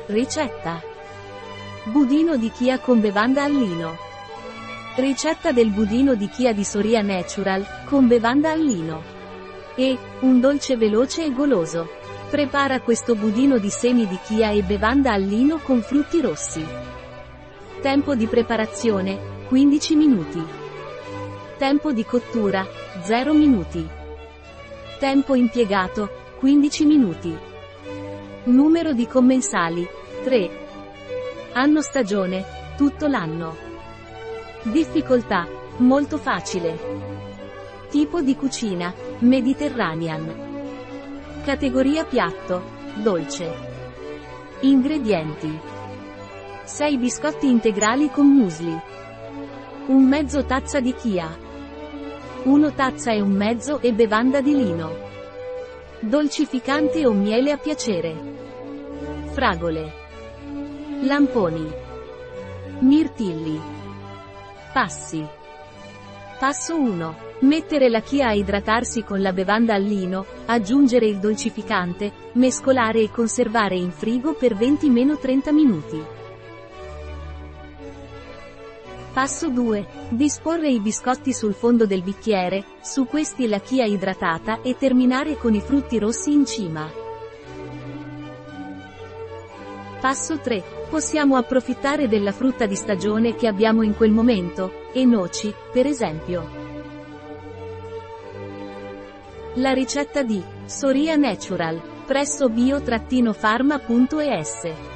Ricetta: budino di chia con bevanda al lino. Ricetta del budino di chia di Soria Natural, con bevanda al lino. E, un dolce veloce e goloso. Prepara questo budino di semi di chia e bevanda al lino con frutti rossi. Tempo di preparazione, 15 minuti. Tempo di cottura, 0 minuti. Tempo impiegato, 15 minuti. Numero di commensali, 3. Anno stagione, tutto l'anno. Difficoltà, molto facile. Tipo di cucina, Mediterranean. Categoria piatto, dolce. Ingredienti: 6 biscotti integrali con muesli. 1 mezzo tazza di chia. 1 tazza e un mezzo e bevanda di lino. Dolcificante o miele a piacere. Fragole. Lamponi. Mirtilli. Passi. Passo 1. Mettere la chia a idratarsi con la bevanda al lino, aggiungere il dolcificante, mescolare e conservare in frigo per 20-30 minuti. Passo 2. Disporre i biscotti sul fondo del bicchiere, su questi la chia idratata e terminare con i frutti rossi in cima. Passo 3. Possiamo approfittare della frutta di stagione che abbiamo in quel momento, e noci, per esempio. La ricetta di Soria Natural, presso bio-pharma.es